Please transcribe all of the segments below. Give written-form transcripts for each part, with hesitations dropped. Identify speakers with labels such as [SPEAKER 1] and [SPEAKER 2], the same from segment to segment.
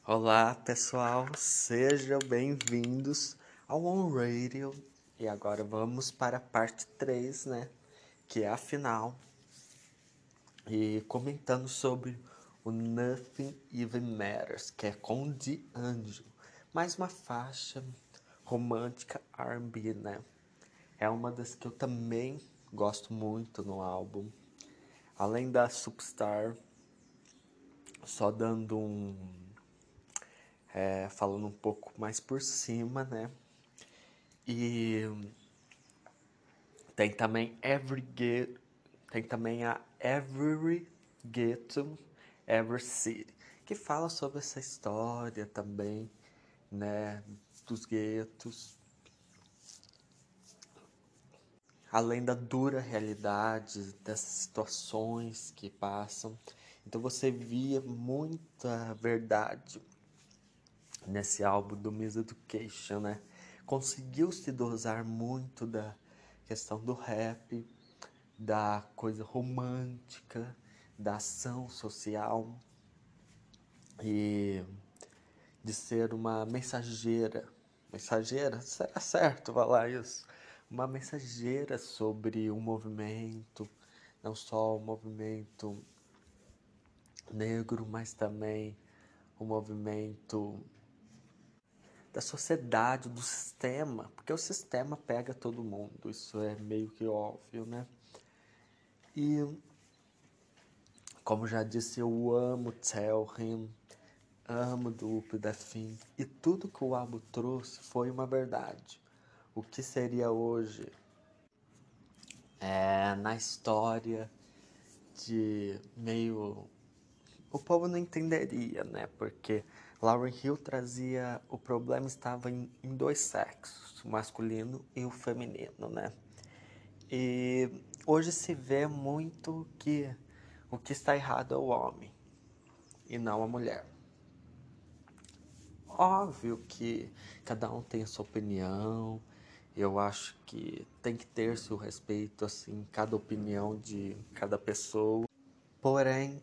[SPEAKER 1] Olá pessoal, sejam bem-vindos ao On Radio. E agora vamos para a parte 3, né? Que é a final. E comentando sobre o Nothing Even Matters, que é com D'Angelo. Mais uma faixa romântica R&B, né? É uma das que eu também gosto muito no álbum. Além da Superstar, só dando falando um pouco mais por cima, né? E tem também tem também a Every Ghetto, Every City, que fala sobre essa história também, né, dos guetos, além da dura realidade dessas situações que passam. Então você via muita verdade nesse álbum do Miseducation, né? Conseguiu se dosar muito da questão do rap, da coisa romântica, da ação social e de ser uma mensageira. Mensageira? Será certo falar isso? Uma mensageira sobre um movimento, não só o movimento negro, mas também o movimento da sociedade, do sistema, porque o sistema pega todo mundo, isso é meio que óbvio, né? E, como já disse, eu amo Tell Him, amo Duplo da Fim, e tudo que o álbum trouxe foi uma verdade. O que seria hoje na história de meio... O povo não entenderia, né? Porque Lauryn Hill trazia... O problema estava em dois sexos, o masculino e o feminino, né? E hoje se vê muito que o que está errado é o homem e não a mulher. Óbvio que cada um tem a sua opinião. Eu acho que tem que ter-se o respeito, assim, cada opinião de cada pessoa. Porém,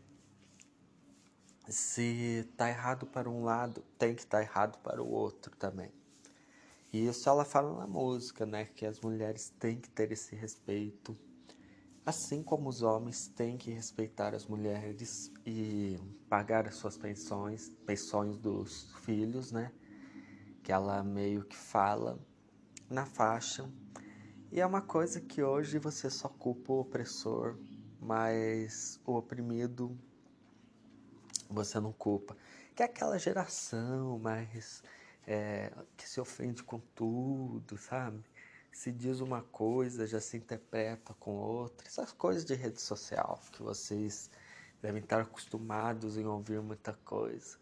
[SPEAKER 1] se tá errado para um lado, tem que estar errado para o outro também. E isso ela fala na música, né? Que as mulheres têm que ter esse respeito. Assim como os homens têm que respeitar as mulheres e pagar as suas pensões dos filhos, né? Que ela meio que fala na faixa. E é uma coisa que hoje você só culpa o opressor, mas o oprimido você não culpa. Que é aquela geração mais que se ofende com tudo, sabe? Se diz uma coisa, já se interpreta com outra. Essas coisas de rede social que vocês devem estar acostumados em ouvir muita coisa.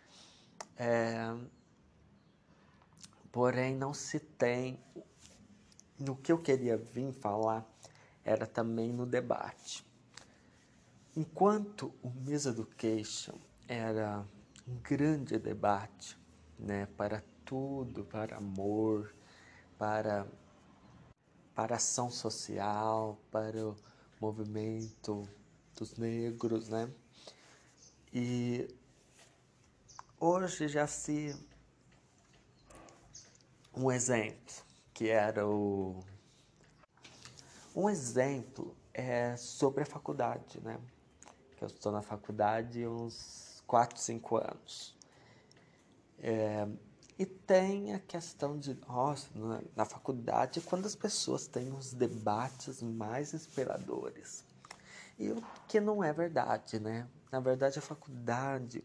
[SPEAKER 1] Porém, não se tem. No que eu queria vir falar era também no debate. Enquanto o Miseducation era um grande debate, né, para tudo, para amor, para, para ação social, para o movimento dos negros, né? E hoje já se um exemplo, que era o um exemplo é sobre a faculdade, né? Que eu estou na faculdade há uns 4, 5 anos. E tem a questão de, nossa, na faculdade, quando as pessoas têm uns debates mais inspiradores. E o que não é verdade, né? Na verdade, a faculdade,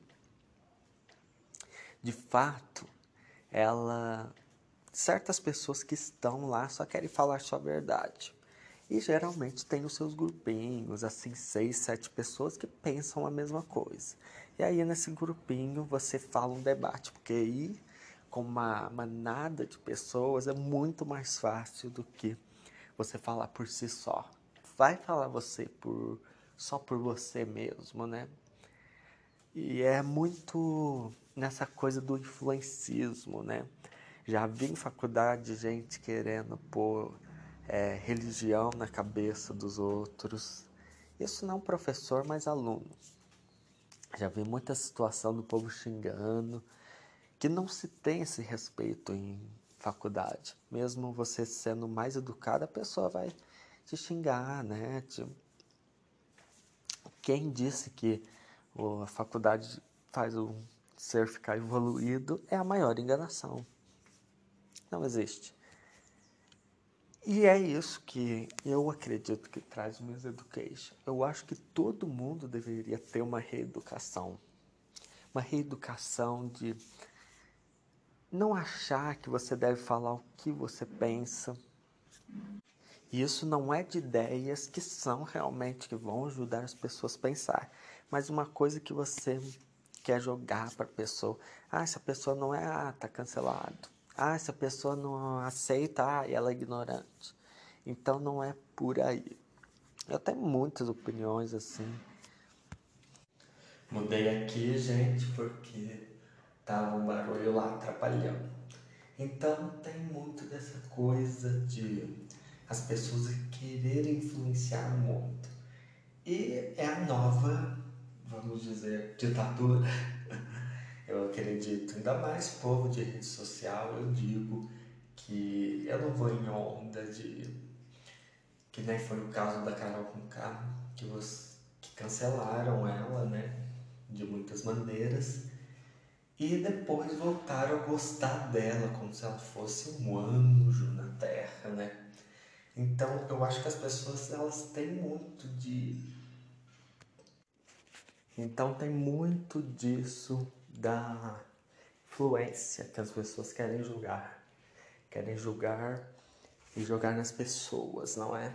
[SPEAKER 1] de fato, ela... Certas pessoas que estão lá só querem falar sua verdade. E geralmente tem os seus grupinhos, assim, 6, 7 pessoas que pensam a mesma coisa. E aí nesse grupinho você fala um debate, porque aí com uma manada de pessoas é muito mais fácil do que você falar por si só. Vai falar você só por você mesmo, né? E é muito nessa coisa do influencismo, né? Já vi em faculdade gente querendo pôr religião na cabeça dos outros. Isso não professor, mas aluno. Já vi muita situação do povo xingando, que não se tem esse respeito em faculdade. Mesmo você sendo mais educado, a pessoa vai te xingar, né? Quem disse que a faculdade faz o ser ficar evoluído é a maior enganação. Não existe. E é isso que eu acredito que traz o Miss Education. Eu acho que todo mundo deveria ter uma reeducação. Uma reeducação de não achar que você deve falar o que você pensa. E isso não é de ideias que são realmente que vão ajudar as pessoas a pensar, mas uma coisa que você quer jogar para a pessoa. Ah, essa pessoa não é, tá cancelado. Ah, essa pessoa não aceita, ela é ignorante. Então não é por aí. Eu tenho muitas opiniões assim. Mudei aqui, gente, porque tava um barulho lá atrapalhando. Então tem muito dessa coisa de as pessoas quererem influenciar muito. E é a nova, vamos dizer, ditadura. Eu acredito, ainda mais povo de rede social, eu digo que eu não vou em onda de que nem foi o caso da Carol Conká, que cancelaram ela, né, de muitas maneiras, e depois voltaram a gostar dela como se ela fosse um anjo na Terra, né? Então eu acho que as pessoas elas têm muito de então tem muito disso da influência que as pessoas querem julgar e jogar nas pessoas, não é?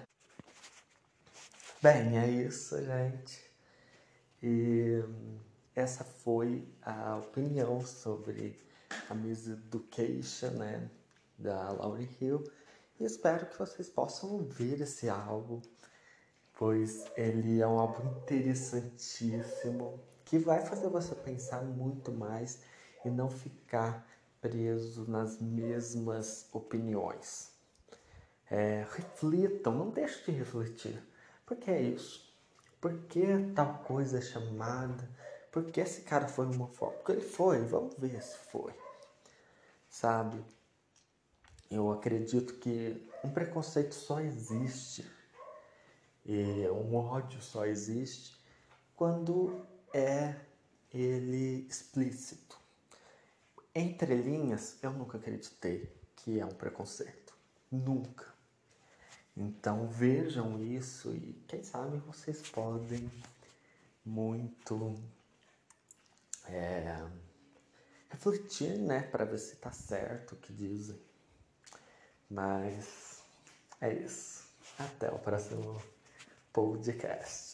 [SPEAKER 1] Bem, é isso, gente. E essa foi a opinião sobre a Miss Education, né, da Lauryn Hill. E espero que vocês possam ouvir esse álbum, pois ele é um álbum interessantíssimo, que vai fazer você pensar muito mais e não ficar preso nas mesmas opiniões. Reflitam, não deixe de refletir. Por que é isso? Por que tal coisa é chamada? Por que esse cara foi homofóbico? Porque ele foi, vamos ver se foi. Sabe? Eu acredito que um preconceito só existe, e um ódio só existe quando é ele explícito. Entre linhas, eu nunca acreditei que é um preconceito. Nunca. Então vejam isso e quem sabe vocês podem muito refletir, né, para ver se tá certo o que dizem. Mas é isso. Até o próximo podcast.